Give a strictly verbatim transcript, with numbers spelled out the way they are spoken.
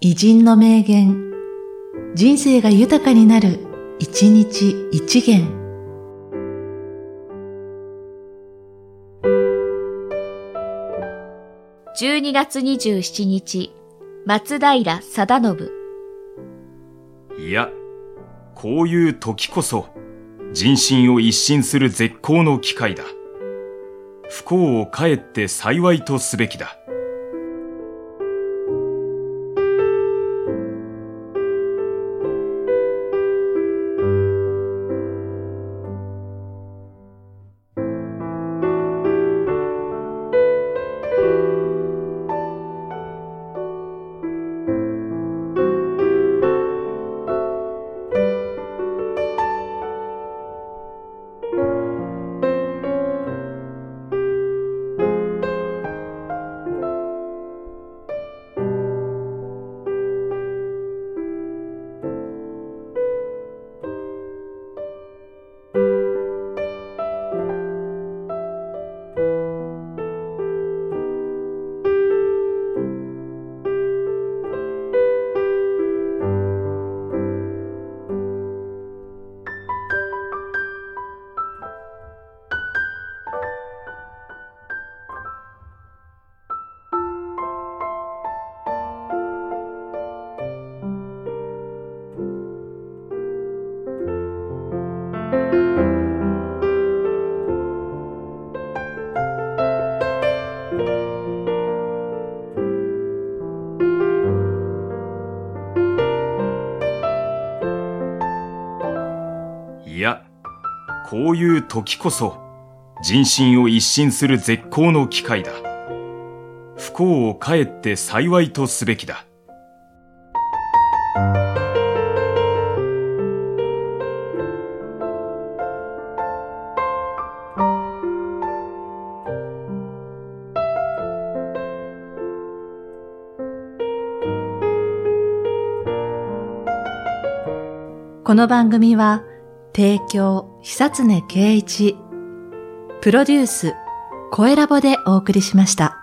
偉人の名言、人生が豊かになる、一日一元。 じゅうにがつにじゅうしちにち、松平定信。 いや、こういう時こそ、人心を一新する絶好の機会だ。不幸をかえって幸いとすべきだ。いや、こういう時こそ、人心を一新する絶好の機会だ。不幸をかえって幸いとすべきだ。 この番組は、提供久常圭一、プロデュース声ラボでお送りしました。